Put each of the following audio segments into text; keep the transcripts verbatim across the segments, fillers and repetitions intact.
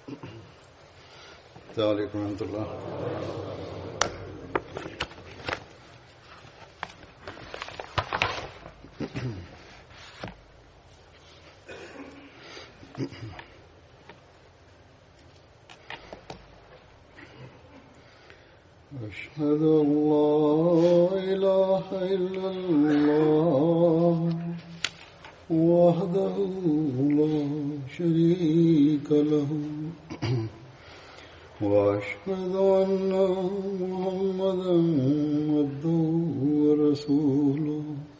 السلام عليكم ورحمة الله. أشهد أن لا إله إلا الله وحده لا شريك له وأشهد أن محمدا عبده ورسوله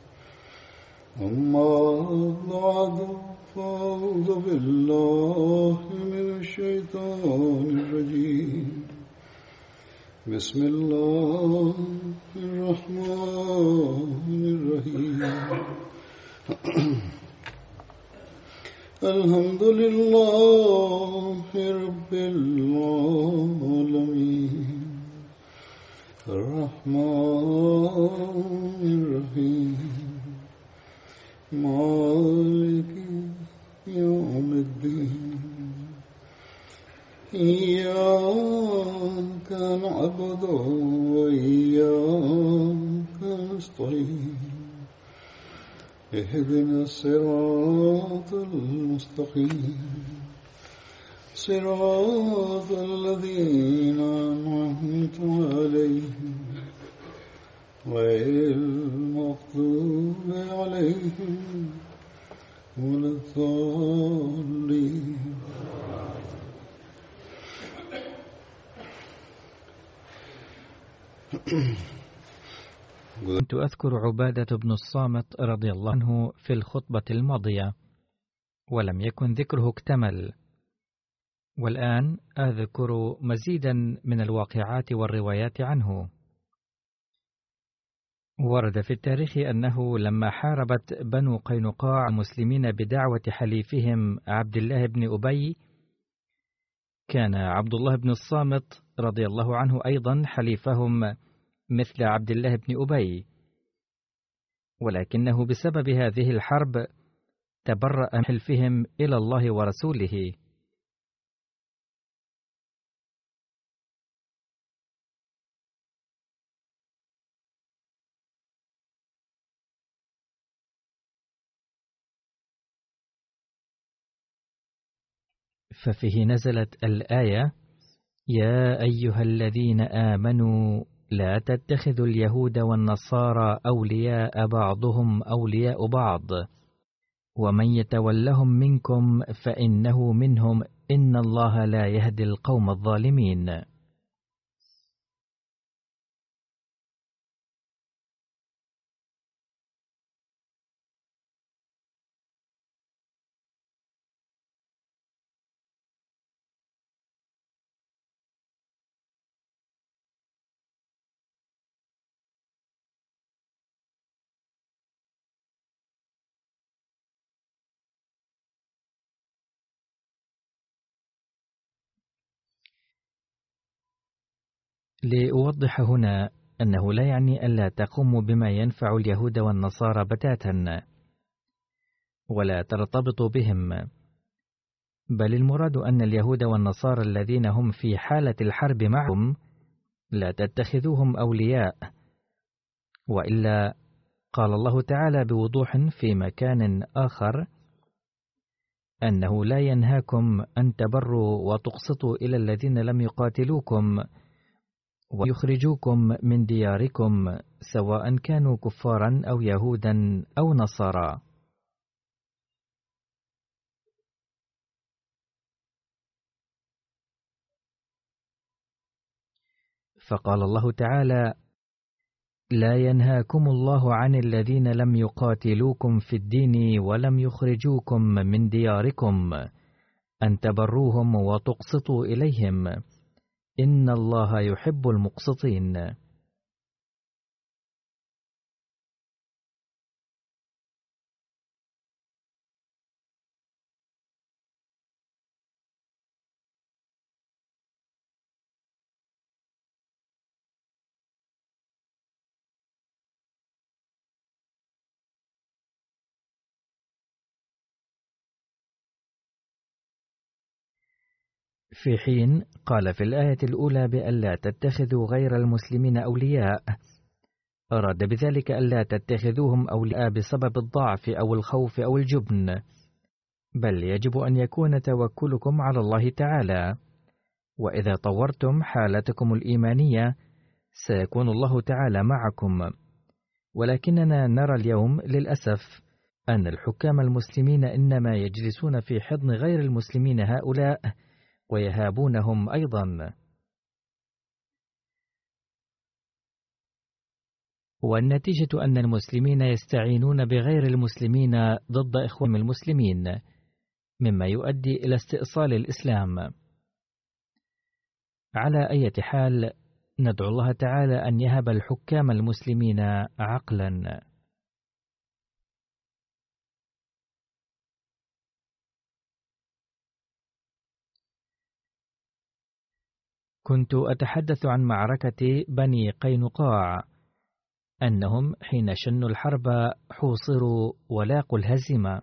أما بعد فأعوذ بالله من الشيطان الرجيم بسم الله الرحمن الرحيم الحمد لله رب العالمين الرحمن الرحيم مالك يوم الدين إياك نعبد وإياك نستعين اهدنا الصراط المستقيم صراط الذين أنعمت عليهم غير المغضوب عليهم ولا الضالين. كنت أذكر عبادة بن الصامت رضي الله عنه في الخطبة الماضية ولم يكن ذكره اكتمل، والآن أذكر مزيدا من الواقعات والروايات عنه. ورد في التاريخ أنه لما حاربت بنو قينقاع المسلمين بدعوة حليفهم عبد الله بن أبي، كان عبد الله بن الصامت رضي الله عنه أيضا حليفهم مثل عبد الله بن أبي، ولكنه بسبب هذه الحرب تبرأ من حلفهم إلى الله ورسوله. ففيه نزلت الآية: يا أيها الذين آمنوا لا تتخذوا اليهود والنصارى أولياء بعضهم أولياء بعض ومن يتولهم منكم فإنه منهم إن الله لا يهدي القوم الظالمين. لأوضح هنا أنه لا يعني ألا تقوم بما ينفع اليهود والنصارى بتاتا ولا ترتبط بهم، بل المراد أن اليهود والنصارى الذين هم في حالة الحرب معهم لا تتخذوهم أولياء، وإلا قال الله تعالى بوضوح في مكان آخر أنه لا ينهاكم أن تبروا وتقسطوا إلى الذين لم يقاتلوكم ويخرجوكم من دياركم سواء كانوا كفارا أو يهودا أو نصارى. فقال الله تعالى: لا ينهاكم الله عن الذين لم يقاتلوكم في الدين ولم يخرجوكم من دياركم أن تبروهم وتقسطوا إليهم إن الله يحب المقسطين. في حين قال في الآية الأولى بألا تتخذوا غير المسلمين أولياء، أراد بذلك ألا تتخذوهم أولياء بسبب الضعف أو الخوف أو الجبن، بل يجب أن يكون توكلكم على الله تعالى. وإذا طورتم حالتكم الإيمانية سيكون الله تعالى معكم. ولكننا نرى اليوم للأسف أن الحكام المسلمين إنما يجلسون في حضن غير المسلمين هؤلاء ويهابونهم أيضا. والنتيجة أن المسلمين يستعينون بغير المسلمين ضد إخوانهم المسلمين، مما يؤدي إلى استئصال الإسلام. على أي حال، ندعو الله تعالى أن يهب الحكام المسلمين عقلا. كنت أتحدث عن معركة بني قينقاع، أنهم حين شنوا الحرب حوصروا ولاقوا الهزيمة.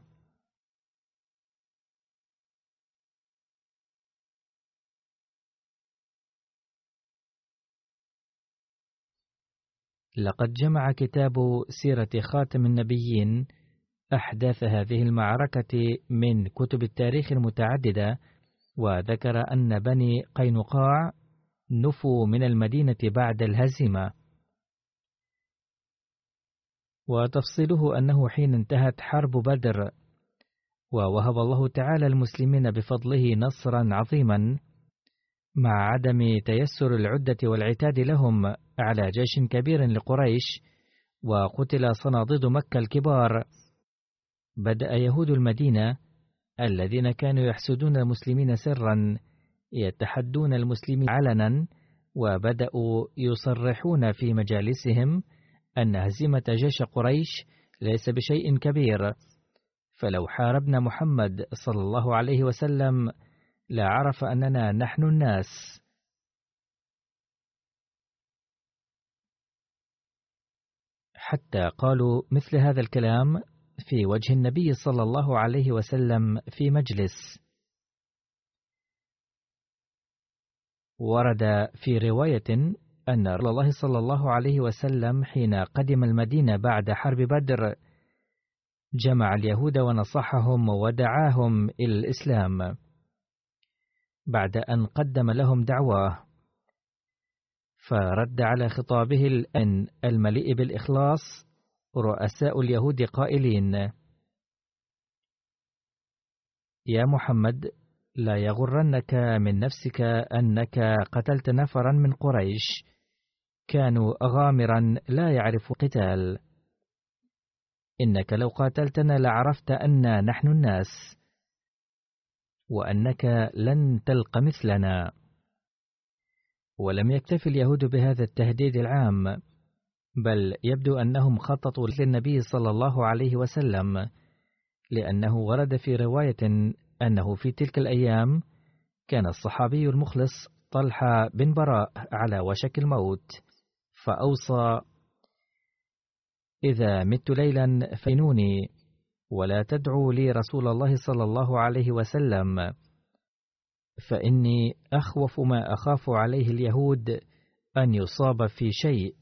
لقد جمع كتاب سيرة خاتم النبيين أحداث هذه المعركة من كتب التاريخ المتعددة، وذكر أن بني قينقاع نفوا من المدينة بعد الهزيمة. وتفصيله أنه حين انتهت حرب بدر ووهب الله تعالى المسلمين بفضله نصرا عظيما، مع عدم تيسر العدة والعتاد لهم على جيش كبير لقريش، وقتل صناديد مكة الكبار، بدأ يهود المدينة الذين كانوا يحسدون المسلمين سرا يتحدون المسلمين علنا، وبدأوا يصرحون في مجالسهم أن هزيمة جيش قريش ليس بشيء كبير، فلو حاربنا محمد صلى الله عليه وسلم لعرف أننا نحن الناس. حتى قالوا مثل هذا الكلام في وجه النبي صلى الله عليه وسلم في مجلس. ورد في رواية أن رسول الله صلى الله عليه وسلم حين قدم المدينة بعد حرب بدر جمع اليهود ونصحهم ودعاهم إلى الإسلام بعد أن قدم لهم دعواه، فرد على خطابه الآن المليء بالإخلاص رؤساء اليهود قائلين: يا محمد، لا يغرنك من نفسك أنك قتلت نفرا من قريش كانوا غامرا لا يعرفوا قتال، إنك لو قاتلتنا لعرفت أن نحن الناس وأنك لن تلق مثلنا. ولم يكتفي اليهود بهذا التهديد العام، بل يبدو أنهم خططوا للنبي صلى الله عليه وسلم، لأنه ورد في رواية أنه في تلك الأيام كان الصحابي المخلص طلحة بن براء على وشك الموت، فأوصى: إذا مت ليلا فإنوني ولا تدعوا لي رسول الله صلى الله عليه وسلم، فإني أخوف ما أخاف عليه اليهود أن يصاب في شيء.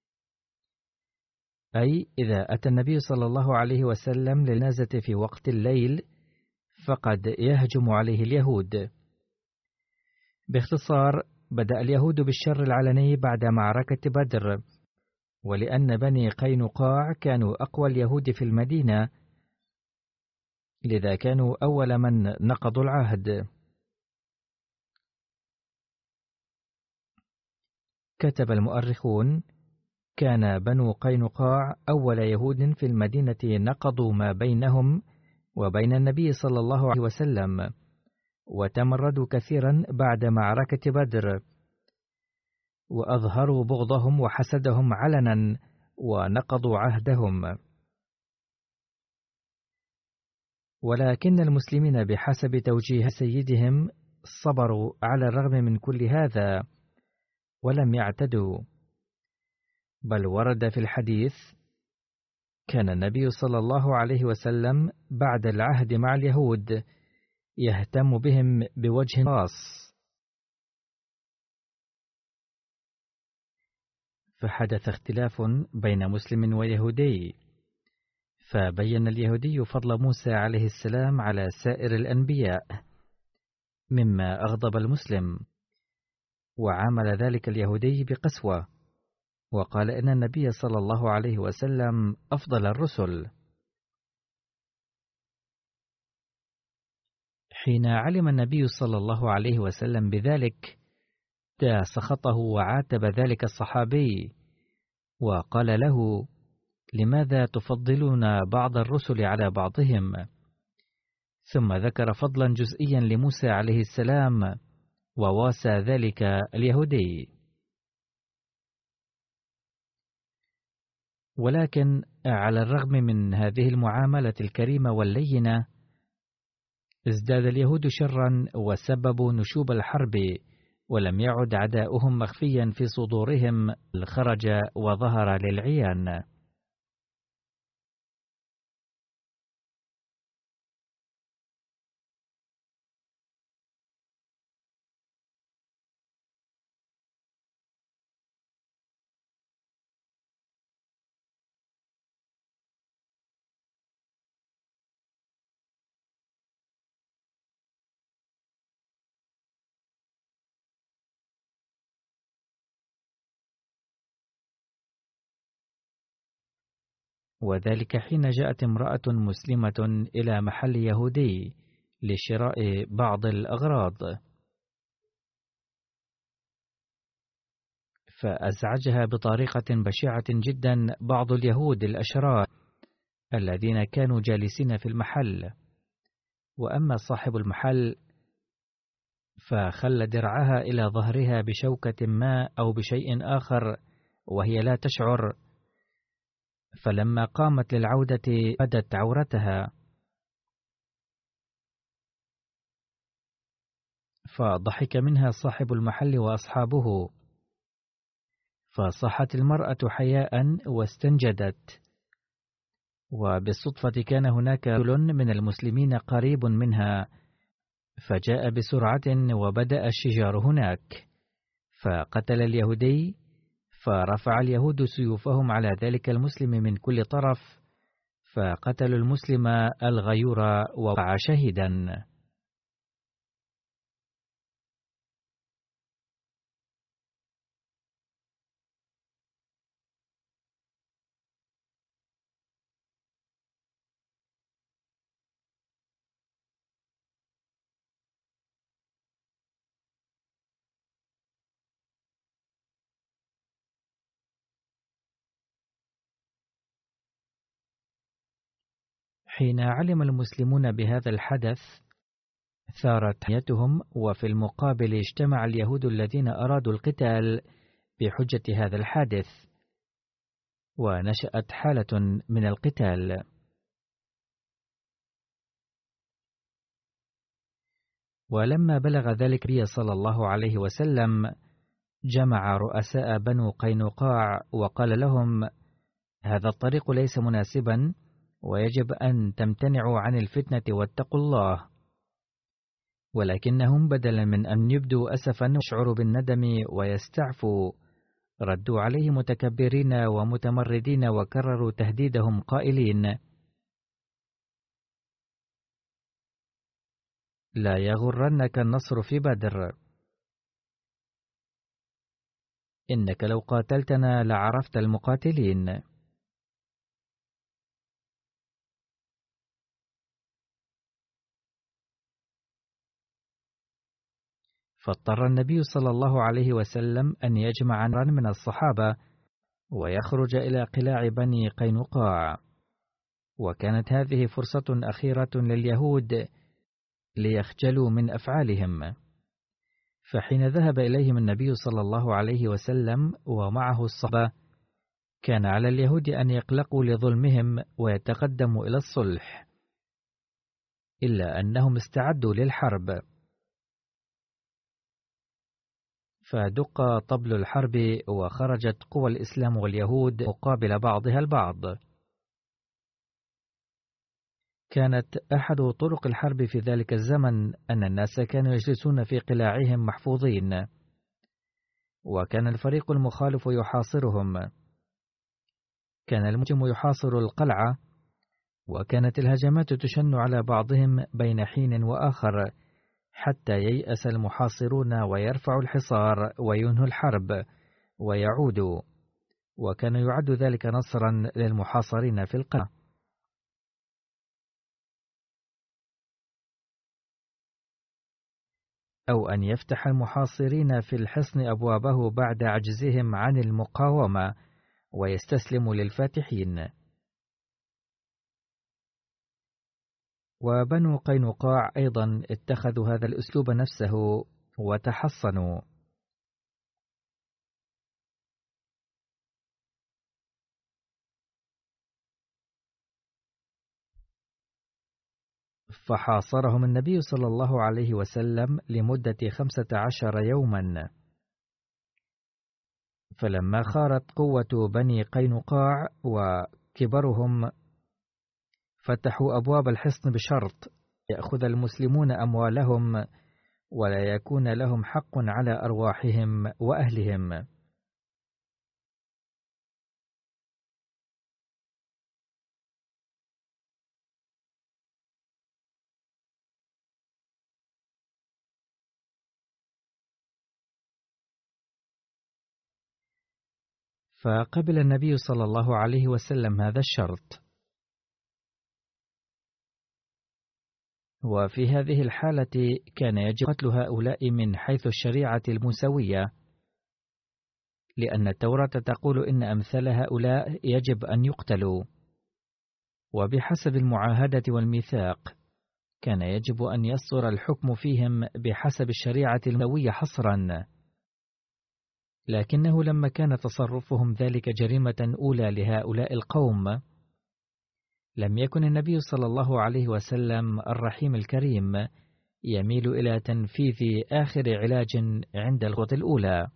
أي إذا أتى النبي صلى الله عليه وسلم للنازة في وقت الليل فقد يهجم عليه اليهود. باختصار، بدأ اليهود بالشر العلني بعد معركة بدر، ولأن بني قينقاع كانوا أقوى اليهود في المدينة لذا كانوا أول من نقضوا العهد. كتب المؤرخون: كان بنو قينقاع أول يهود في المدينة نقضوا ما بينهم وبين النبي صلى الله عليه وسلم، وتمردوا كثيرا بعد معركة بدر، وأظهروا بغضهم وحسدهم علنا ونقضوا عهدهم. ولكن المسلمين بحسب توجيه سيدهم صبروا على الرغم من كل هذا ولم يعتدوا، بل ورد في الحديث: كان النبي صلى الله عليه وسلم بعد العهد مع اليهود يهتم بهم بوجه خاص، فحدث اختلاف بين مسلم ويهودي، فبين اليهودي فضل موسى عليه السلام على سائر الأنبياء، مما أغضب المسلم، وعامل ذلك اليهودي بقسوة، وقال إن النبي صلى الله عليه وسلم أفضل الرسل. حين علم النبي صلى الله عليه وسلم بذلك دا سخطه وعاتب ذلك الصحابي، وقال له: لماذا تفضلون بعض الرسل على بعضهم؟ ثم ذكر فضلا جزئيا لموسى عليه السلام، وواسى ذلك اليهودي. ولكن على الرغم من هذه المعاملة الكريمة واللينة، ازداد اليهود شرا وسببوا نشوب الحرب، ولم يعد عداؤهم مخفيا في صدورهم، خرج وظهر للعيان. وذلك حين جاءت امرأة مسلمة إلى محل يهودي لشراء بعض الأغراض، فأزعجها بطريقة بشعة جدا بعض اليهود الأشرار الذين كانوا جالسين في المحل. وأما صاحب المحل فخل درعها إلى ظهرها بشوكة ما أو بشيء آخر وهي لا تشعر، فلما قامت للعودة بدت عورتها، فضحك منها صاحب المحل وأصحابه، فصحت المرأة حياء واستنجدت. وبالصدفة كان هناك رجل من المسلمين قريب منها، فجاء بسرعة وبدأ الشجار هناك، فقتل اليهودي، فرفع اليهود سيوفهم على ذلك المسلم من كل طرف، فقتلوا المسلم الغيور ووقع شهيدا. حين علم المسلمون بهذا الحدث ثارت حميتهم، وفي المقابل اجتمع اليهود الذين أرادوا القتال بحجة هذا الحادث، ونشأت حالة من القتال. ولما بلغ ذلك النبي صلى الله عليه وسلم جمع رؤساء بنو قينقاع وقال لهم: هذا الطريق ليس مناسبا، ويجب أن تمتنعوا عن الفتنة واتقوا الله. ولكنهم بدلا من أن يبدوا أسفا ويشعروا بالندم ويستعفوا، ردوا عليه متكبرين ومتمردين، وكرروا تهديدهم قائلين: لا يغرنك النصر في بدر، إنك لو قاتلتنا لعرفت المقاتلين. فاضطر النبي صلى الله عليه وسلم أن يجمع نفرا من الصحابة ويخرج إلى قلاع بني قينقاع، وكانت هذه فرصة أخيرة لليهود ليخجلوا من أفعالهم. فحين ذهب إليهم النبي صلى الله عليه وسلم ومعه الصحابة، كان على اليهود أن يقلقوا لظلمهم ويتقدموا إلى الصلح، إلا أنهم استعدوا للحرب. فدق طبل الحرب، وخرجت قوى الإسلام واليهود مقابل بعضها البعض. كانت أحد طرق الحرب في ذلك الزمن أن الناس كانوا يجلسون في قلاعهم محفوظين، وكان الفريق المخالف يحاصرهم. كان المهاجم يحاصر القلعة، وكانت الهجمات تشن على بعضهم بين حين وآخر حتى ييأس المحاصرون ويرفعوا الحصار وينهوا الحرب ويعودوا، وكان يعد ذلك نصرا للمحاصرين في القلعة. أو أن يفتح المحاصرين في الحصن أبوابه بعد عجزهم عن المقاومة ويستسلموا للفاتحين. وبنو قينقاع أيضا اتخذوا هذا الأسلوب نفسه وتحصنوا. فحاصرهم النبي صلى الله عليه وسلم لمدة خمسة عشر يوما. فلما خارت قوة بني قينقاع وكبرهم فتحوا أبواب الحصن بشرط يأخذ المسلمون أموالهم ولا يكون لهم حق على أرواحهم وأهلهم. فقبل النبي صلى الله عليه وسلم هذا الشرط. وفي هذه الحالة كان يجب قتل هؤلاء من حيث الشريعة الموسوية، لأن التوراة تقول إن أمثال هؤلاء يجب أن يقتلوا. وبحسب المعاهدة والميثاق كان يجب أن يصدر الحكم فيهم بحسب الشريعة الموسوية حصرا، لكنه لما كان تصرفهم ذلك جريمة أولى لهؤلاء القوم، لم يكن النبي صلى الله عليه وسلم الرحيم الكريم يميل إلى تنفيذ آخر علاج عند الخطوة الأولى.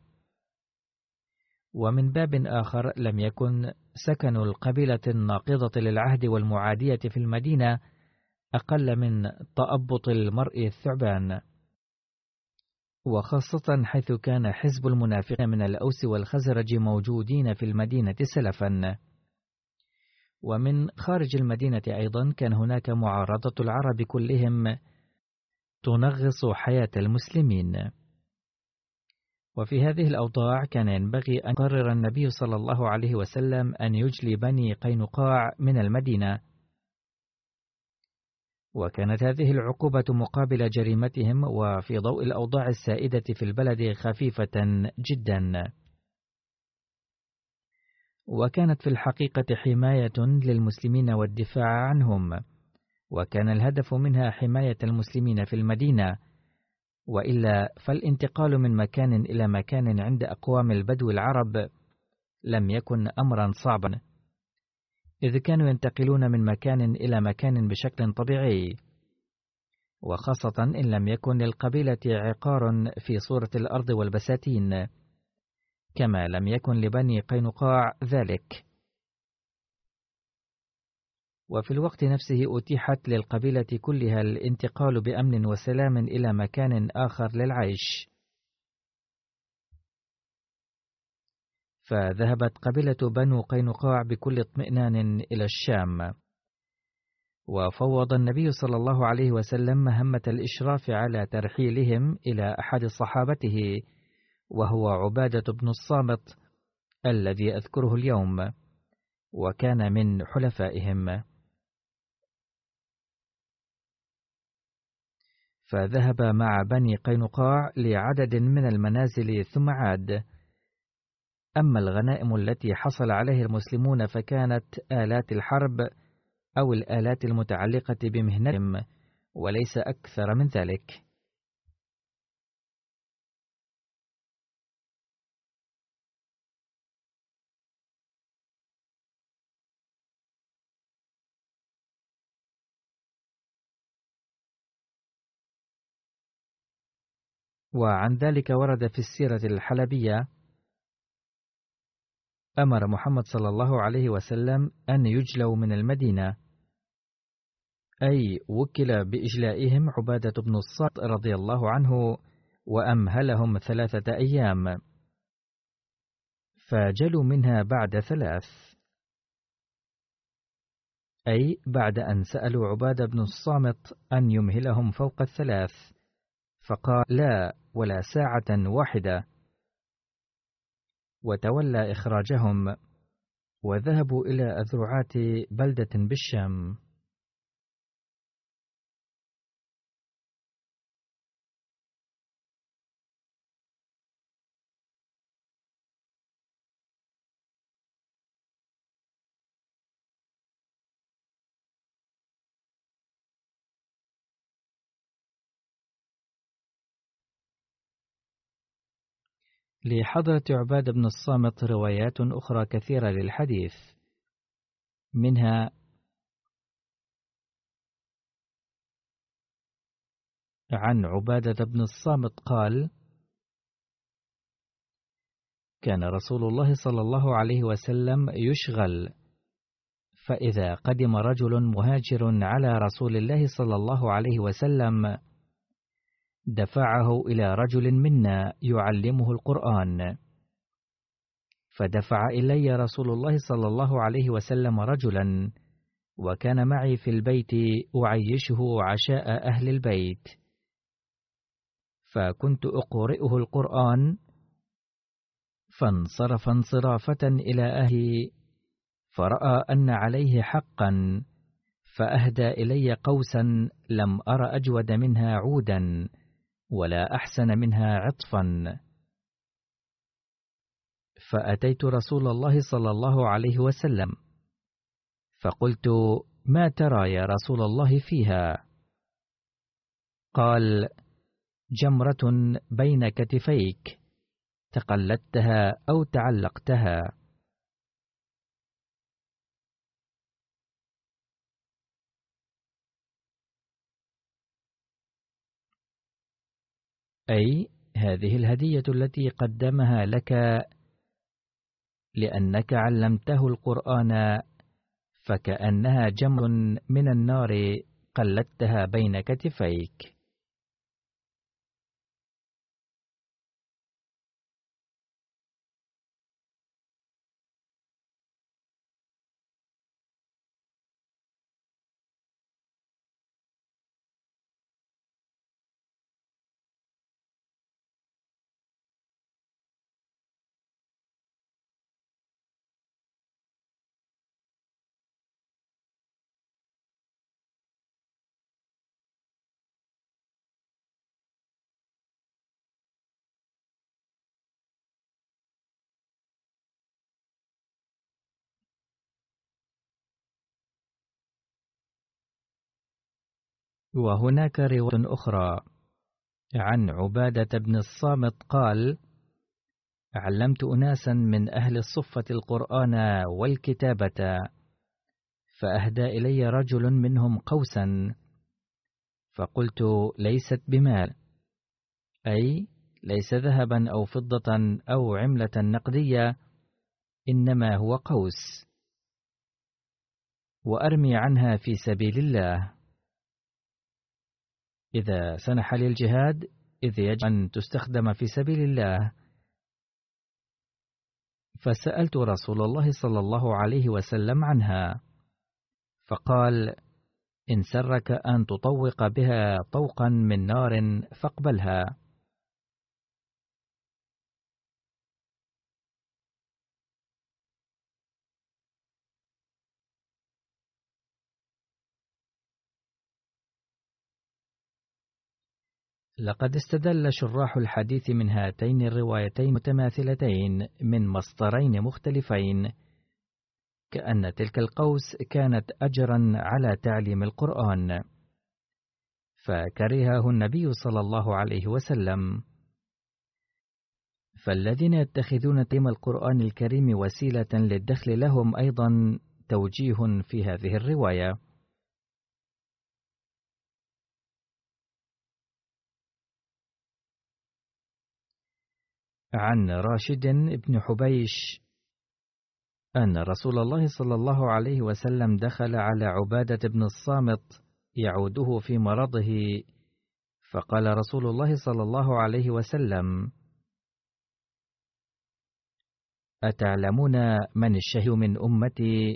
ومن باب آخر لم يكن سكن القبيلة الناقضة للعهد والمعادية في المدينة أقل من تأبط المرء الثعبان، وخاصة حيث كان حزب المنافقين من الأوس والخزرج موجودين في المدينة سلفا. ومن خارج المدينة أيضا كان هناك معارضة العرب كلهم تنغص حياة المسلمين. وفي هذه الأوضاع كان ينبغي أن يقرر النبي صلى الله عليه وسلم أن يجلي بني قينقاع من المدينة، وكانت هذه العقوبة مقابل جريمتهم وفي ضوء الأوضاع السائدة في البلد خفيفة جدا. وكانت في الحقيقة حماية للمسلمين والدفاع عنهم، وكان الهدف منها حماية المسلمين في المدينة، وإلا فالانتقال من مكان إلى مكان عند أقوام البدو العرب لم يكن أمرا صعبا، إذ كانوا ينتقلون من مكان إلى مكان بشكل طبيعي، وخاصة إن لم يكن للقبيلة عقار في صورة الأرض والبساتين، كما لم يكن لبني قينقاع ذلك. وفي الوقت نفسه أتيحت للقبيلة كلها الانتقال بأمن وسلام إلى مكان آخر للعيش. فذهبت قبيلة بنو قينقاع بكل اطمئنان إلى الشام، وفوض النبي صلى الله عليه وسلم مهمة الإشراف على ترحيلهم إلى أحد صحابته، وهو عبادة بن الصامت الذي أذكره اليوم، وكان من حلفائهم. فذهب مع بني قينقاع لعدد من المنازل ثم عاد. أما الغنائم التي حصل عليها المسلمون فكانت آلات الحرب أو الآلات المتعلقة بمهنتهم، وليس أكثر من ذلك. وعن ذلك ورد في السيرة الحلبية: أمر محمد صلى الله عليه وسلم أن يجلوا من المدينة، أي وكل بإجلائهم عبادة بن الصامت رضي الله عنه، وأمهلهم ثلاثة أيام. فجلوا منها بعد ثلاث، أي بعد أن سألوا عبادة بن الصامت أن يمهلهم فوق الثلاث، فقال لا ولا ساعة واحدة، وتولى إخراجهم، وذهبوا إلى أذرعات بلدة بالشام. لحضرة عبادة بن الصامت روايات أخرى كثيرة للحديث، منها عن عبادة بن الصامت قال: كان رسول الله صلى الله عليه وسلم يشغل، فإذا قدم رجل مهاجر على رسول الله صلى الله عليه وسلم دفعه إلى رجل منا يعلمه القرآن، فدفع إلي رسول الله صلى الله عليه وسلم رجلا، وكان معي في البيت أعيشه عشاء أهل البيت، فكنت أقرئه القرآن، فانصرف انصرافة إلى أهلي، فرأى أن عليه حقا، فأهدى إلي قوسا لم أر أجود منها عودا ولا أحسن منها عطفا، فأتيت رسول الله صلى الله عليه وسلم فقلت: ما ترى يا رسول الله فيها؟ قال: جمرة بين كتفيك، تقلدتها أو تعلقتها. أي هذه الهدية التي قدمها لك لأنك علمته القرآن، فكأنها جمر من النار قلدتها بين كتفيك. وهناك رواية أخرى عن عبادة بن الصامت قال: علمت أناسا من أهل الصفة القرآن والكتابة، فأهدى إلي رجل منهم قوسا، فقلت: ليست بمال، أي ليس ذهبا أو فضة أو عملة نقدية، إنما هو قوس، وأرمي عنها في سبيل الله، إذا سنح للجهاد، إذ يجب أن تستخدم في سبيل الله. فسألت رسول الله صلى الله عليه وسلم عنها، فقال: إن سرك أن تطوق بها طوقا من نار فاقبلها. لقد استدل شراح الحديث من هاتين الروايتين متماثلتين من مصدرين مختلفين، كأن تلك القوس كانت أجرا على تعليم القرآن، فكرهه النبي صلى الله عليه وسلم. فالذين يتخذون تعليم القرآن الكريم وسيلة للدخل لهم أيضا توجيه في هذه الرواية. عن راشد بن حبيش أن رسول الله صلى الله عليه وسلم دخل على عبادة بن الصامت يعوده في مرضه، فقال رسول الله صلى الله عليه وسلم: أتعلمون من الشهي من أمتي؟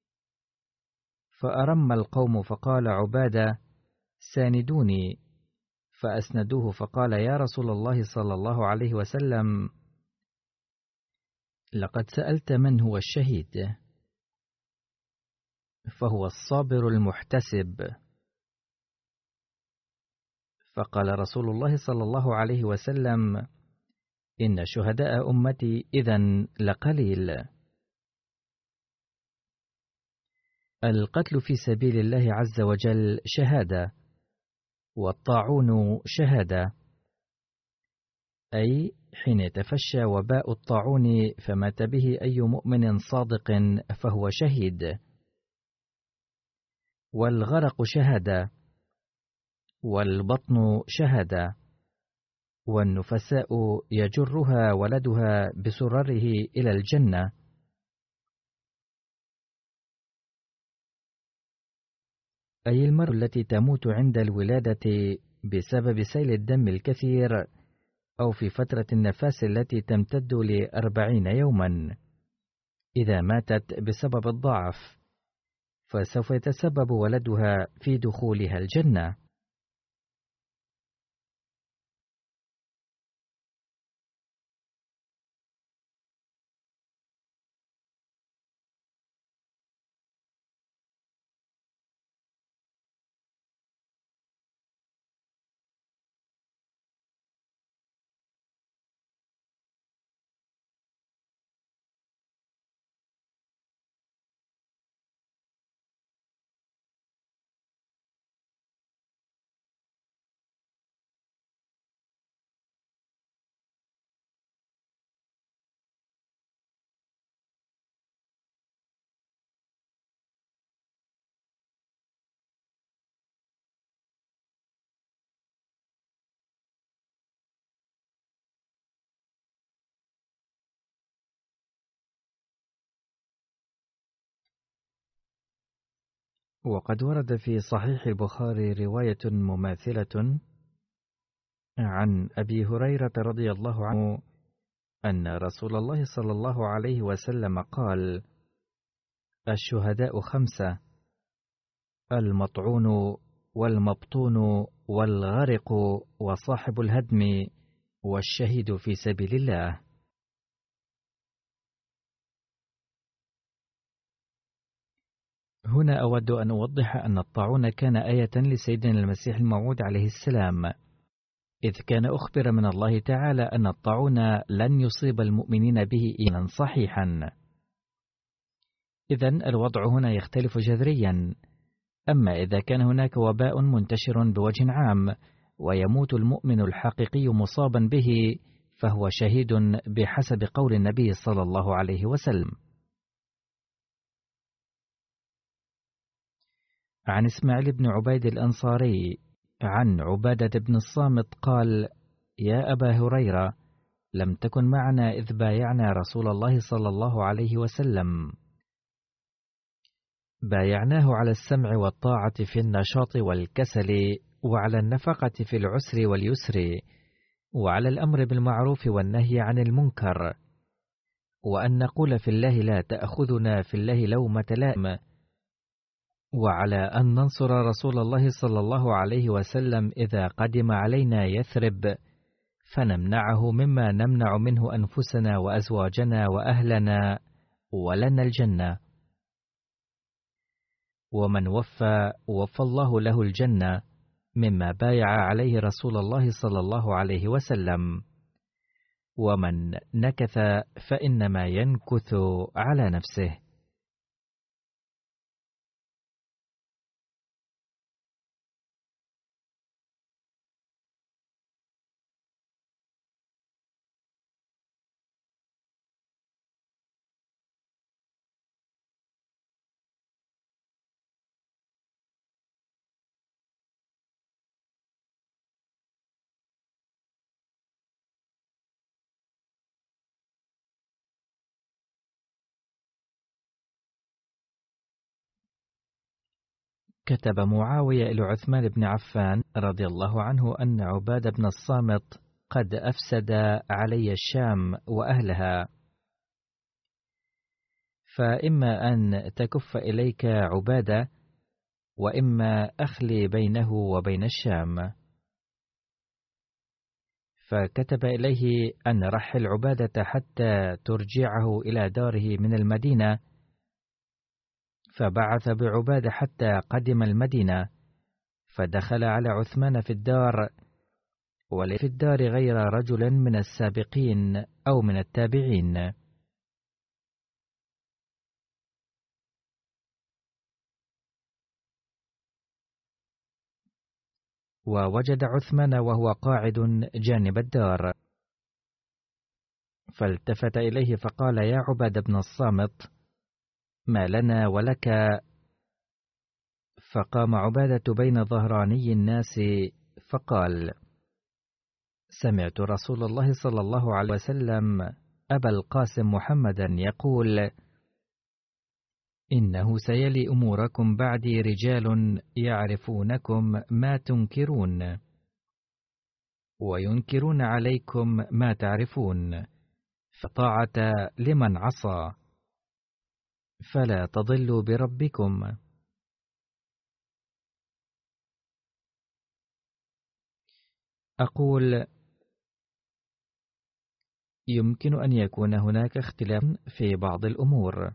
فأرم القوم، فقال عبادة: ساندوني. فأسندوه، فقال: يا رسول الله صلى الله عليه وسلم، لقد سألت من هو الشهيد؟ فهو الصابر المحتسب. فقال رسول الله صلى الله عليه وسلم: إن شهداء أمتي إذن لقليل. القتل في سبيل الله عز وجل شهادة، والطاعون شهادة، أي حين يتفشى وباء الطاعون فمات به أي مؤمن صادق فهو شهيد. والغرق شهادة، والبطن شهادة، والنفساء يجرها ولدها بسرره إلى الجنة. أي المرأة التي تموت عند الولادة بسبب سيل الدم الكثير، أو في فترة النفاس التي تمتد لأربعين يوما، إذا ماتت بسبب الضعف فسوف يتسبب ولدها في دخولها الجنة. وقد ورد في صحيح البخاري رواية مماثلة عن أبي هريرة رضي الله عنه أن رسول الله صلى الله عليه وسلم قال: الشهداء خمسة: المطعون، والمبطون، والغرق، وصاحب الهدم، والشهيد في سبيل الله. هنا أود أن أوضح أن الطاعون كان آية لسيدنا المسيح الموعود عليه السلام، إذ كان أخبر من الله تعالى أن الطاعون لن يصيب المؤمنين به إيمانا صحيحا. إذن الوضع هنا يختلف جذريا. أما إذا كان هناك وباء منتشر بوجه عام ويموت المؤمن الحقيقي مصابا به، فهو شهيد بحسب قول النبي صلى الله عليه وسلم. عن إسماعيل بن عبيد الأنصاري عن عبادة بن الصامت قال: يا أبا هريرة، لم تكن معنا إذ بايعنا رسول الله صلى الله عليه وسلم. بايعناه على السمع والطاعة في النشاط والكسل، وعلى النفقة في العسر واليسر، وعلى الأمر بالمعروف والنهي عن المنكر، وأن نقول في الله لا تأخذنا في الله لومة لائم، وعلى أن ننصر رسول الله صلى الله عليه وسلم إذا قدم علينا يثرب، فنمنعه مما نمنع منه أنفسنا وأزواجنا وأهلنا، ولنا الجنة. ومن وفى وفى الله له الجنة، مما بايع عليه رسول الله صلى الله عليه وسلم. ومن نكث فإنما ينكث على نفسه. كتب معاوية إلى عثمان بن عفان رضي الله عنه أن عبادة بن الصامت قد أفسد علي الشام وأهلها، فإما أن تكف إليك عبادة، وإما أخلي بينه وبين الشام. فكتب إليه أن رحل عبادة حتى ترجعه إلى داره من المدينة، فبعث بعبادة حتى قدم المدينة، فدخل على عثمان في الدار، وليس في الدار غير رجل من السابقين أو من التابعين. ووجد عثمان وهو قاعد جانب الدار، فالتفت إليه فقال: يا عبادة بن الصامت، ما لنا ولك؟ فقام عبادة بين ظهراني الناس فقال: سمعت رسول الله صلى الله عليه وسلم أبا القاسم محمدا يقول: إنه سيلي أموركم بعدي رجال يعرفونكم ما تنكرون، وينكرون عليكم ما تعرفون، فطاعة لمن عصى، فلا تضلوا بربكم. أقول: يمكن أن يكون هناك اختلاف في بعض الأمور،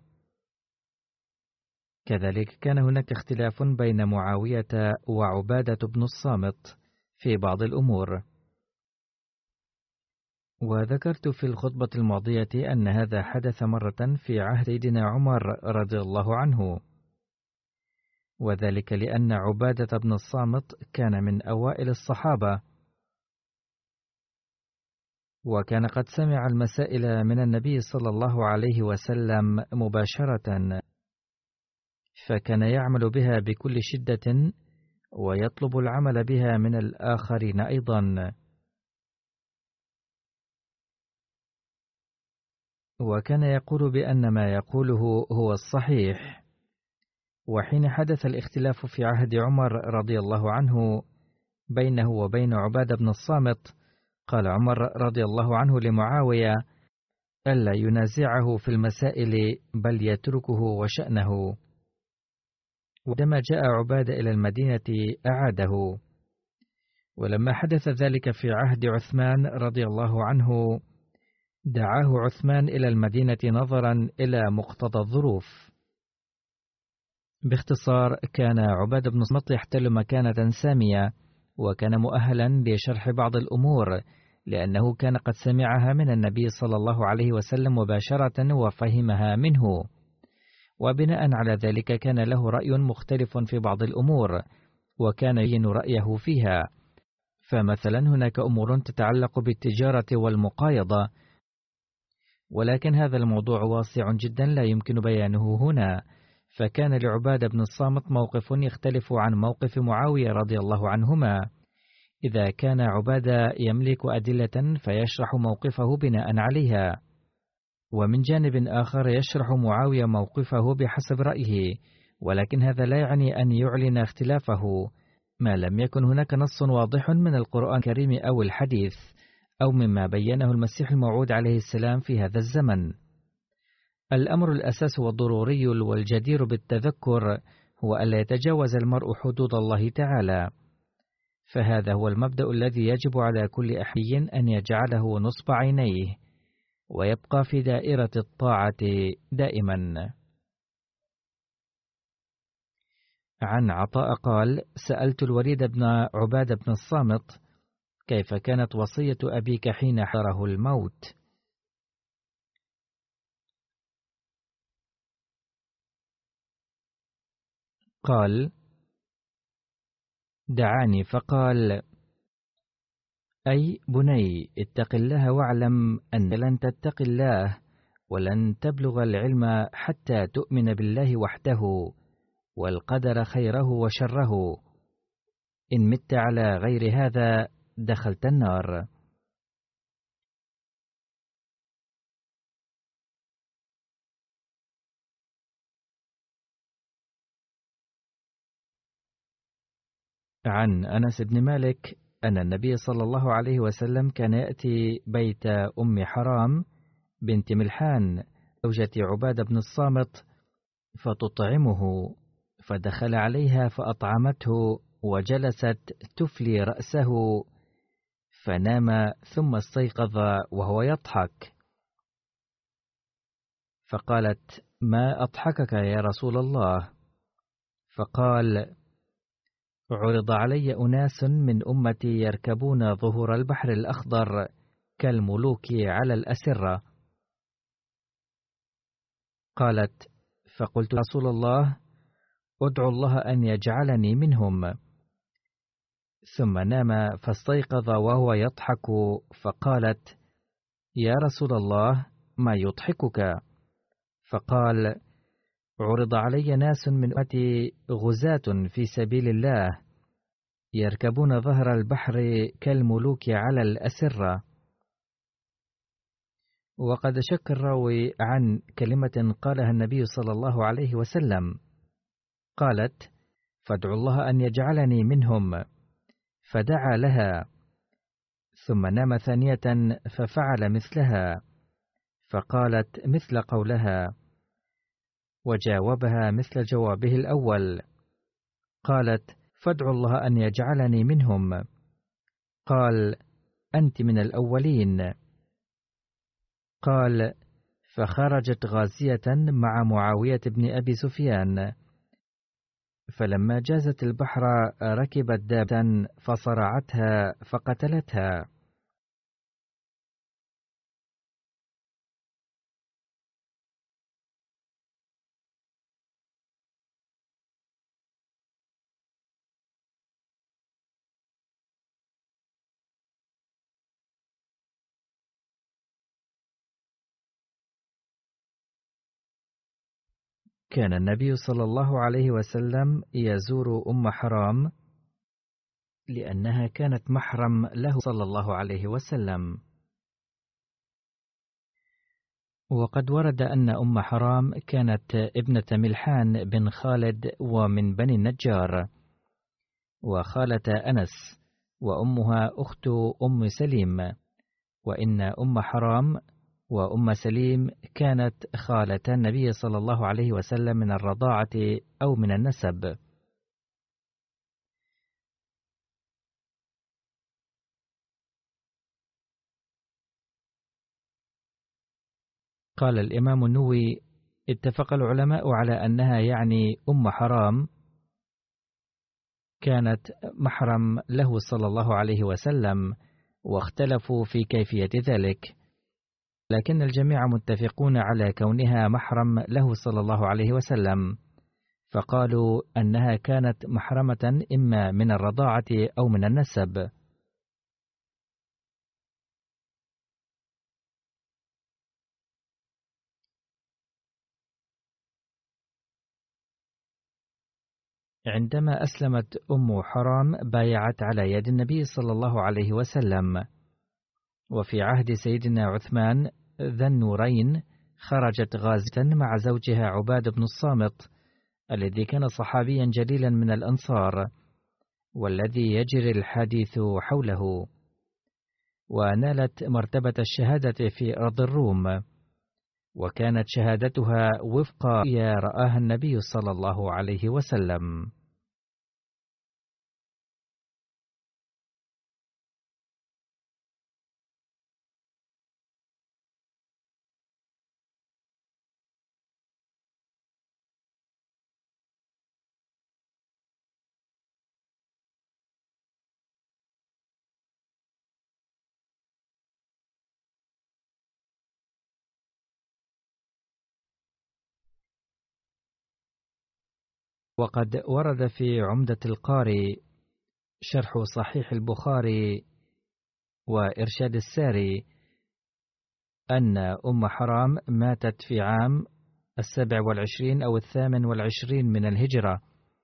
كذلك كان هناك اختلاف بين معاوية وعبادة بن الصامت في بعض الأمور. وذكرت في الخطبة الماضية أن هذا حدث مرة في عهد سيدنا عمر رضي الله عنه، وذلك لأن عبادة بن الصامت كان من أوائل الصحابة، وكان قد سمع المسائل من النبي صلى الله عليه وسلم مباشرة، فكان يعمل بها بكل شدة ويطلب العمل بها من الآخرين أيضا. وكان يقول بأن ما يقوله هو الصحيح. وحين حدث الاختلاف في عهد عمر رضي الله عنه بينه وبين عبادة بن الصامت، قال عمر رضي الله عنه لمعاوية ألا ينازعه في المسائل بل يتركه وشأنه. وعندما جاء عبادة إلى المدينة أعاده. ولما حدث ذلك في عهد عثمان رضي الله عنه، دعاه عثمان إلى المدينة نظرا إلى مقتضى الظروف. باختصار، كان عبادة بن الصامت يحتل مكانة سامية، وكان مؤهلا لشرح بعض الأمور، لأنه كان قد سمعها من النبي صلى الله عليه وسلم مباشرة وفهمها منه، وبناء على ذلك كان له رأي مختلف في بعض الأمور، وكان يبين رأيه فيها. فمثلا هناك أمور تتعلق بالتجارة والمقايضة، ولكن هذا الموضوع واسع جدا لا يمكن بيانه هنا، فكان لعبادة بن الصامت موقف يختلف عن موقف معاوية رضي الله عنهما. إذا كان عبادة يملك أدلة فيشرح موقفه بناء عليها، ومن جانب آخر يشرح معاوية موقفه بحسب رأيه، ولكن هذا لا يعني أن يعلن اختلافه ما لم يكن هناك نص واضح من القرآن الكريم أو الحديث أو مما بينه المسيح الموعود عليه السلام في هذا الزمن. الأمر الأساس والضروري والجدير بالتذكر هو ألا يتجاوز المرء حدود الله تعالى، فهذا هو المبدأ الذي يجب على كل أحي أن يجعله نصب عينيه ويبقى في دائرة الطاعة دائما. عن عطاء قال: سألت الوليد بن عبادة بن الصامت: كيف كانت وصية أبيك حين حضره الموت؟ قال: دعاني فقال: أي بني، اتق الله واعلم أن لن تتق الله ولن تبلغ العلم حتى تؤمن بالله وحده والقدر خيره وشره، إن مت على غير هذا دخلت النار. عن أنس بن مالك أن النبي صلى الله عليه وسلم كان يأتي بيت أم حرام بنت ملحان زوجة عبادة بن الصامت فتطعمه، فدخل عليها فأطعمته وجلست تفلي رأسه، فنام ثم استيقظ وهو يضحك، فقالت: ما أضحكك يا رسول الله؟ فقال: عرض علي أناس من أمتي يركبون ظهور البحر الأخضر كالملوك على الأسرة. قالت: فقلت: رسول الله، أدعو الله أن يجعلني منهم. ثم نام فاستيقظ وهو يضحك، فقالت: يا رسول الله، ما يضحكك؟ فقال: عرض علي ناس من أمتي غزاة في سبيل الله يركبون ظهر البحر كالملوك على الأسرة. وقد شك الراوي عن كلمة قالها النبي صلى الله عليه وسلم. قالت: فادعوا الله أن يجعلني منهم، فدعا لها، ثم نام ثانية ففعل مثلها، فقالت مثل قولها، وجاوبها مثل جوابه الأول. قالت: فادعوا الله أن يجعلني منهم. قال: أنت من الأولين. قال: فخرجت غازية مع معاوية بن أبي سفيان، فلما جازت البحر ركبت دابة فصرعتها فقتلتها. كان النبي صلى الله عليه وسلم يزور أم حرام لأنها كانت محرم له صلى الله عليه وسلم. وقد ورد أن أم حرام كانت ابنة ملحان بن خالد ومن بني النجار، وخالة أنس، وأمها أخت أم سليم، وإن أم حرام وأم سليم كانت خالة النبي صلى الله عليه وسلم من الرضاعة أو من النسب. قال الإمام النووي: اتفق العلماء على أنها يعني أم حرام كانت محرم له صلى الله عليه وسلم، واختلفوا في كيفية ذلك، لكن الجميع متفقون على كونها محرم له صلى الله عليه وسلم، فقالوا أنها كانت محرمة إما من الرضاعة أو من النسب. عندما أسلمت أم حرام بايعت على يد النبي صلى الله عليه وسلم، وفي عهد سيدنا عثمان ذا النورين خرجت غازية مع زوجها عباد بن الصامت الذي كان صحابيا جليلا من الأنصار، والذي يجري الحديث حوله، ونالت مرتبة الشهادة في أرض الروم، وكانت شهادتها وفق ما رآها النبي صلى الله عليه وسلم. وقد ورد في عمدة القاري شرح صحيح البخاري وإرشاد الساري أن أم حرام ماتت في عام السابع والعشرين أو الثامن والعشرين من الهجرة،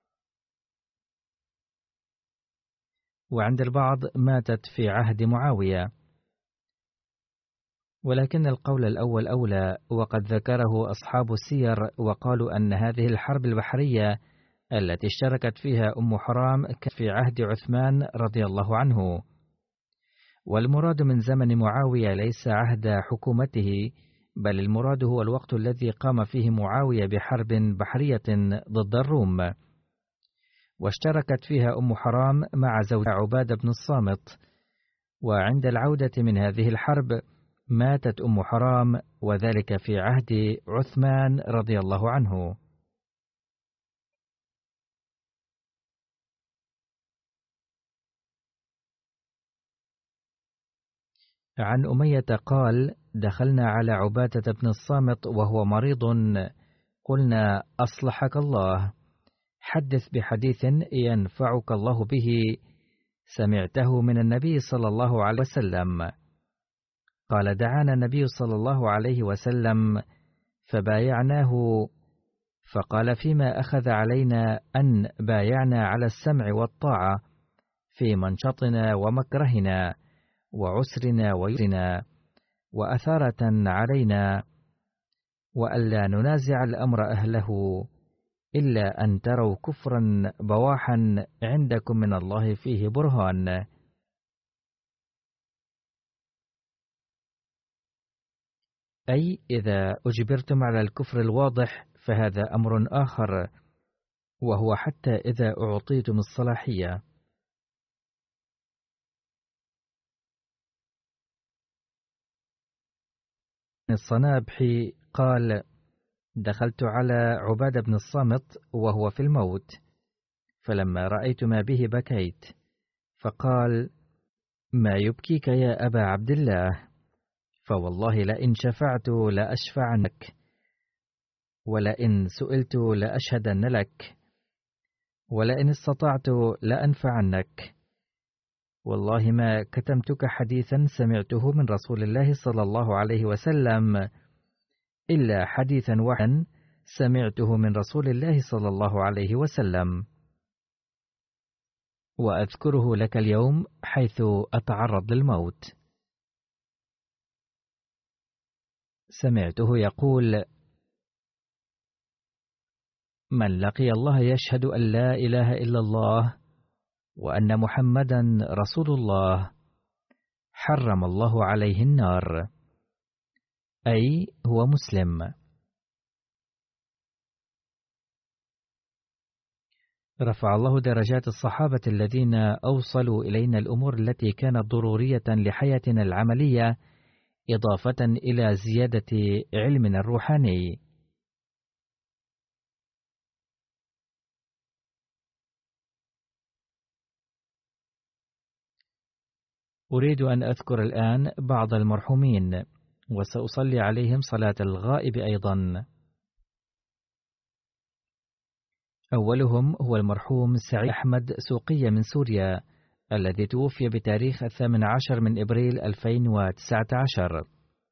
وعند البعض ماتت في عهد معاوية، ولكن القول الأول أولى، وقد ذكره أصحاب السير وقالوا أن هذه الحرب البحرية التي اشتركت فيها أم حرام كانت في عهد عثمان رضي الله عنه، والمراد من زمن معاوية ليس عهد حكومته، بل المراد هو الوقت الذي قام فيه معاوية بحرب بحرية ضد الروم، واشتركت فيها أم حرام مع زوجها عبادة بن الصامت. وعند العودة من هذه الحرب ماتت أم حرام، وذلك في عهد عثمان رضي الله عنه. عن أمية قال: دخلنا على عبادة بن الصامت وهو مريض، قلنا: أصلحك الله، حدث بحديث ينفعك الله به سمعته من النبي صلى الله عليه وسلم. قال: دعانا النبي صلى الله عليه وسلم فبايعناه، فقال: فيما أخذ علينا أن بايعنا على السمع والطاعة في منشطنا ومكرهنا وعسرنا ويسرنا وأثارة علينا، وألا ننازع الأمر أهله إلا أن تروا كفرا بواحا عندكم من الله فيه برهان. أي إذا أجبرتم على الكفر الواضح فهذا أمر آخر، وهو حتى إذا أعطيتم الصلاحية. الصنابحي قال: دخلت على عبادة بن الصامت وهو في الموت، فلما رأيت ما به بكيت، فقال: ما يبكيك يا أبا عبد الله؟ فوالله لئن شفعت لأشفعنك، ولئن سئلت لأشهدن لك، ولئن استطعت لأنفعنك. والله ما كتمتك حديثا سمعته من رسول الله صلى الله عليه وسلم إلا حديثا واحدا سمعته من رسول الله صلى الله عليه وسلم، وأذكره لك اليوم حيث أتعرض للموت. سمعته يقول: من لقي الله يشهد أن لا إله إلا الله وأن محمدا رسول الله حرم الله عليه النار، أي هو مسلم. رفع الله درجات الصحابة الذين أوصلوا إلينا الأمور التي كانت ضرورية لحياتنا العملية، إضافة إلى زيادة علمنا الروحاني. أريد أن أذكر الآن بعض المرحومين، وسأصلي عليهم صلاة الغائب أيضا. أولهم هو المرحوم سعيد أحمد سوقية من سوريا، الذي توفي بتاريخ الثامن عشر من إبريل ألفين وتسعة عشر.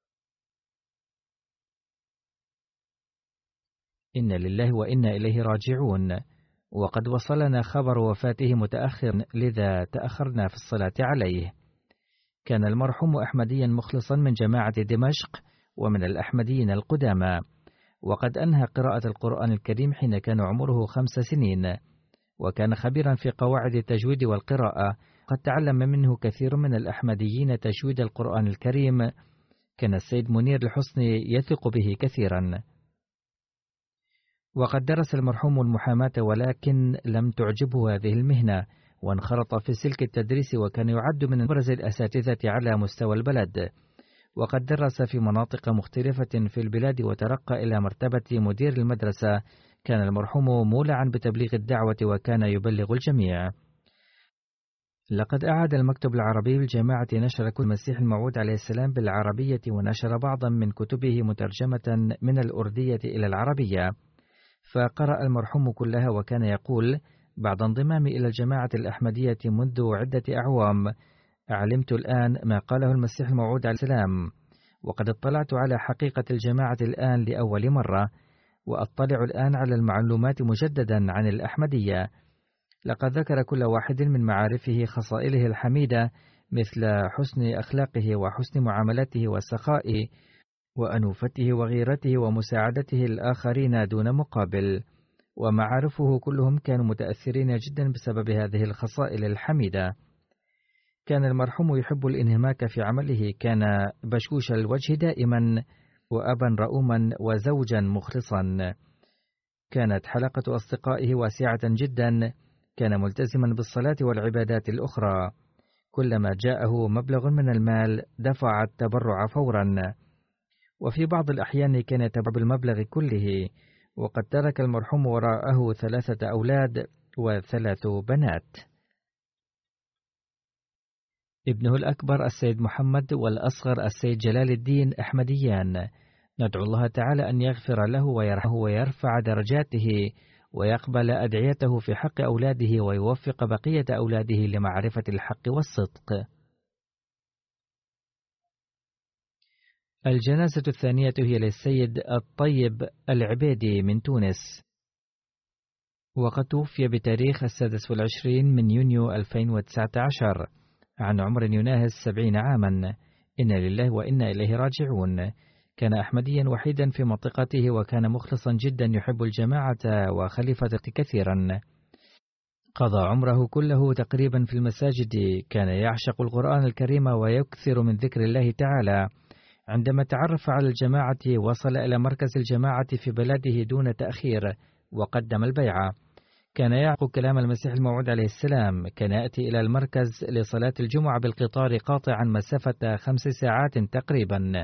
إن لله وإنا إليه راجعون، وقد وصلنا خبر وفاته متأخر، لذا تأخرنا في الصلاة عليه. كان المرحوم أحمديا مخلصا من جماعة دمشق ومن الأحمديين القدامى، وقد أنهى قراءة القرآن الكريم حين كان عمره خمس سنين، وكان خبيرا في قواعد التجويد والقراءة. قد تعلم منه كثير من الأحمديين تجويد القرآن الكريم، كان السيد منير الحسني يثق به كثيرا. وقد درس المرحوم المحاماة، ولكن لم تعجبه هذه المهنة، وانخرط في سلك التدريس، وكان يعد من أبرز الأساتذة على مستوى البلد. وقد درس في مناطق مختلفة في البلاد، وترقى إلى مرتبة مدير المدرسة. كان المرحوم مولعا بتبليغ الدعوة، وكان يبلغ الجميع. لقد أعاد المكتب العربي بالجامعة نشر كتب المسيح الموعود عليه السلام بالعربية، ونشر بعضا من كتبه مترجمة من الأردية إلى العربية، فقرأ المرحوم كلها. وكان يقول: بعد انضمامي إلى الجماعة الأحمدية منذ عدة أعوام، علمت الآن ما قاله المسيح الموعود عليه السلام، وقد اطلعت على حقيقة الجماعة الآن لأول مرة، وأطلع الآن على المعلومات مجددا عن الأحمدية. لقد ذكر كل واحد من معارفه خصائله الحميدة، مثل حسن أخلاقه وحسن معاملته والسخاء وأنوفته وغيرته ومساعدته الآخرين دون مقابل، ومعارفه كلهم كانوا متأثرين جدا بسبب هذه الخصائل الحميدة. كان المرحوم يحب الانهماك في عمله، كان بشوش الوجه دائما، وأبا رؤوما وزوجا مخلصا. كانت حلقة أصدقائه واسعة جدا، كان ملتزما بالصلاة والعبادات الأخرى. كلما جاءه مبلغ من المال دفع التبرع فورا، وفي بعض الأحيان كان يتبرع بالمبلغ كله. وقد ترك المرحوم وراءه ثلاثة أولاد وثلاث بنات. ابنه الأكبر السيد محمد والأصغر السيد جلال الدين أحمديان، ندعو الله تعالى أن يغفر له ويرحمه ويرفع درجاته ويقبل أدعيته في حق أولاده ويوفق بقية أولاده لمعرفة الحق والصدق. الجنازة الثانية هي للسيد الطيب العبيدي من تونس، وقد توفي بتاريخ السادس والعشرين من يونيو ألفين وتسعة عشر عن عمر يناهز سبعين عاما. إنا لله وإنا إليه راجعون. كان أحمديا وحيدا في منطقته، وكان مخلصا جدا يحب الجماعة وخليفة كثيرا. قضى عمره كله تقريبا في المساجد. كان يعشق القرآن الكريم ويكثر من ذكر الله تعالى. عندما تعرف على الجماعة وصل إلى مركز الجماعة في بلده دون تأخير وقدم البيعة. كان يعقل كلام المسيح الموعود عليه السلام. كان يأتي إلى المركز لصلاة الجمعة بالقطار قاطعا مسافة خمس ساعات تقريبا.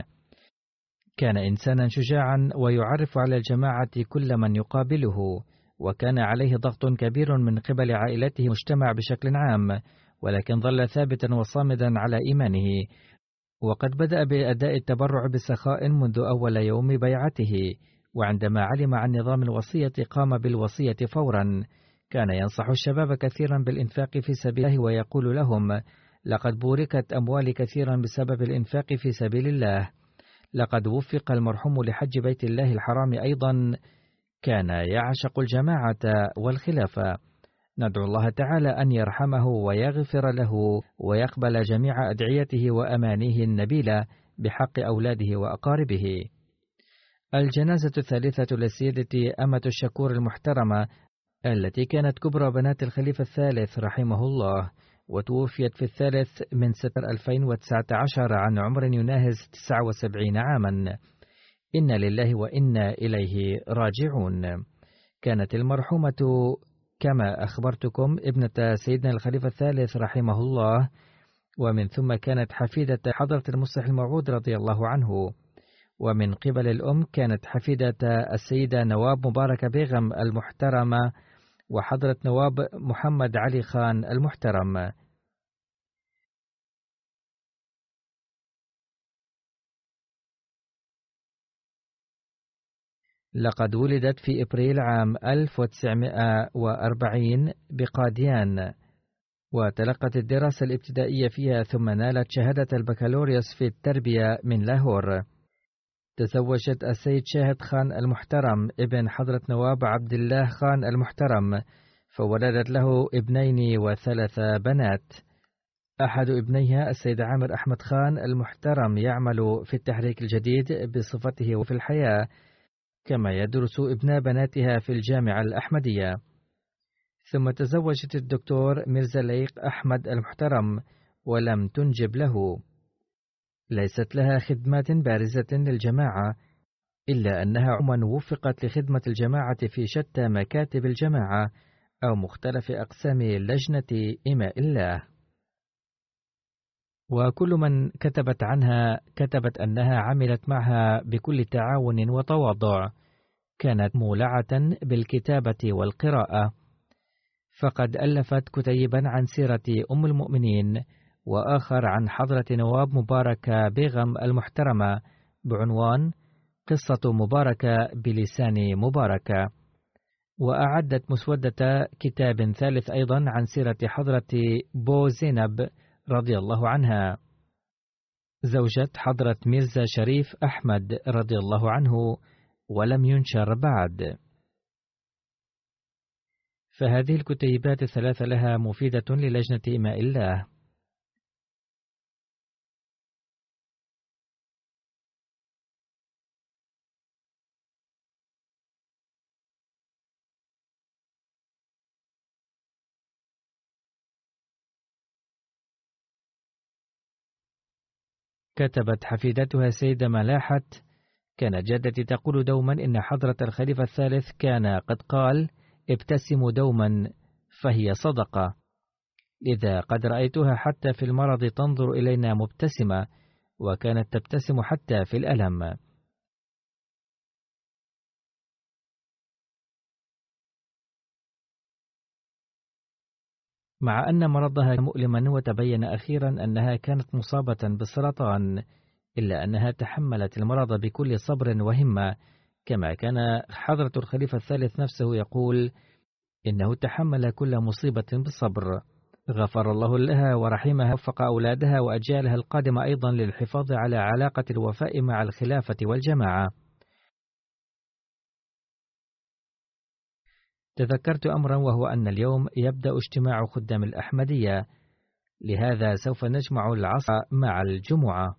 كان إنسانا شجاعا ويعرف على الجماعة كل من يقابله، وكان عليه ضغط كبير من قبل عائلته مجتمع بشكل عام، ولكن ظل ثابتا وصامدا على إيمانه. وقد بدأ بأداء التبرع بسخاء منذ أول يوم بيعته، وعندما علم عن نظام الوصية قام بالوصية فورا. كان ينصح الشباب كثيرا بالإنفاق في سبيل الله ويقول لهم: لقد بوركت أموالي كثيرا بسبب الإنفاق في سبيل الله. لقد وفق المرحوم لحج بيت الله الحرام أيضا. كان يعشق الجماعة والخلافة. ندعو الله تعالى أن يرحمه ويغفر له ويقبل جميع أدعيته وأمانيه النبيلة بحق أولاده وأقاربه. الجنازة الثالثة للسيدة أمة الشكور المحترمة، التي كانت كبرى بنات الخليفة الثالث رحمه الله، وتوفيت في الثالث من سبتمبر ألفين وتسعة عشر عن عمر يناهز تسعة وسبعين عاما. إنا لله وإنا إليه راجعون. كانت المرحومة كما أخبرتكم ابنة سيدنا الخليفة الثالث رحمه الله، ومن ثم كانت حفيدة حضرة المصلح الموعود رضي الله عنه. ومن قبل الأم كانت حفيدة السيدة نواب مبارك بيغم المحترمة وحضرة نواب محمد علي خان المحترم. لقد ولدت في إبريل عام ألف وتسعمائة وأربعين بقاديان، وتلقت الدراسة الابتدائية فيها، ثم نالت شهادة البكالوريوس في التربية من لاهور. تزوجت السيد شاهد خان المحترم ابن حضرة نواب عبد الله خان المحترم، فولدت له ابنين وثلاث بنات. أحد ابنيها السيد عامر أحمد خان المحترم يعمل في التحريك الجديد بصفته وفي الحياة، كما يدرس ابن بناتها في الجامعة الأحمدية. ثم تزوجت الدكتور ميرزا ليق أحمد المحترم ولم تنجب له. ليست لها خدمات بارزة للجماعة، إلا أنها عموما وفقت لخدمة الجماعة في شتى مكاتب الجماعة أو مختلف أقسام لجنة إماء الله. وكل من كتبت عنها كتبت أنها عملت معها بكل تعاون وتواضع. كانت مولعة بالكتابة والقراءة، فقد ألفت كتيبا عن سيرة أم المؤمنين، وآخر عن حضرة نواب مبارك بيغم المحترمة بعنوان قصة مباركة بلسان مباركة. وأعدت مسودة كتاب ثالث أيضا عن سيرة حضرة بو زينب رضي الله عنها، زوجة حضرة ميرزا شريف أحمد رضي الله عنه، ولم ينشر بعد. فهذه الكتيبات الثلاثة لها مفيدة للجنة إماء الله. كتبت حفيدتها سيدة ملاحة: كانت جدتي تقول دوما إن حضرة الخليفة الثالث كان قد قال: ابتسموا دوما فهي صدقة. لذا قد رأيتها حتى في المرض تنظر إلينا مبتسمة، وكانت تبتسم حتى في الألم. مع أن مرضها مؤلما وتبين أخيرا أنها كانت مصابة بالسرطان، إلا أنها تحملت المرض بكل صبر وهمة، كما كان حضرة الخليفة الثالث نفسه يقول إنه تحمل كل مصيبة بالصبر. غفر الله لها ورحمها، ووفق أولادها وأجيالها القادمة أيضا للحفاظ على علاقة الوفاء مع الخلافة والجماعة. تذكرت أمرا، وهو أن اليوم يبدأ اجتماع خدام الأحمدية، لهذا سوف نجمع العصر مع الجمعة.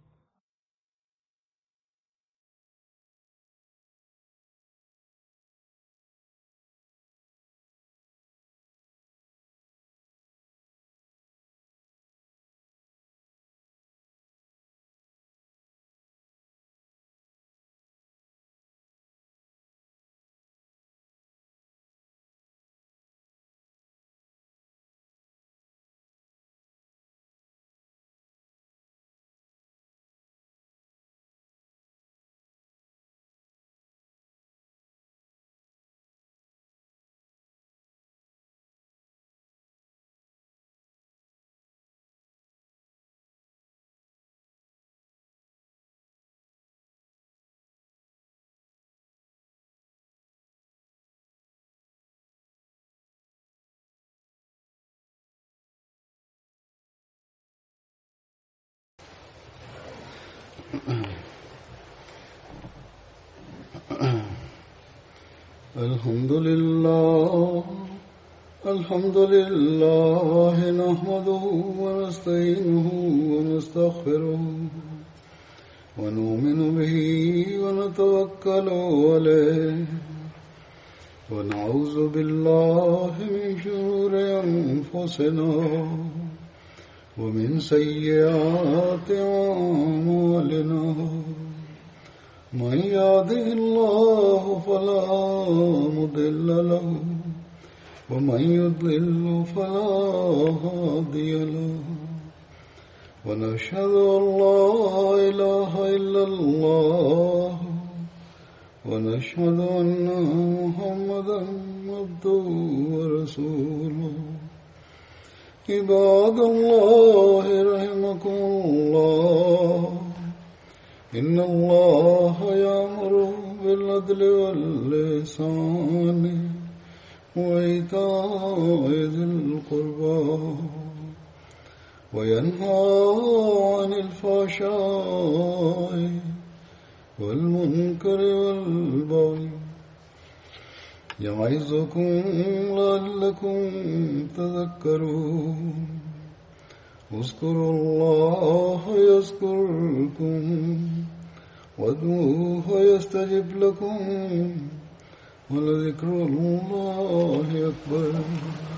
الحمد لله الحمد لله نحمده ونستعينه ونستغفره ونؤمن به ونتوكل عليه ونعوذ بالله من شرور أنفسنا ومن سيئات أعمالنا. من يهده الله فلا مضل له ومن يضلل فلا هادي له ونشهد أن لا إله إلا الله ونشهد أن محمدا عبده ورسوله. عباد الله رحمكم الله، إن الله يأمر بالعدل والإحسان وإيتاء ذي القربى وينهى عن الفحشاء والمنكر والبغي يعظكم لعلكم تذكرون. اذكروا الله يذكركم وادعوه يستجب لكم ولذكر الله أكبر.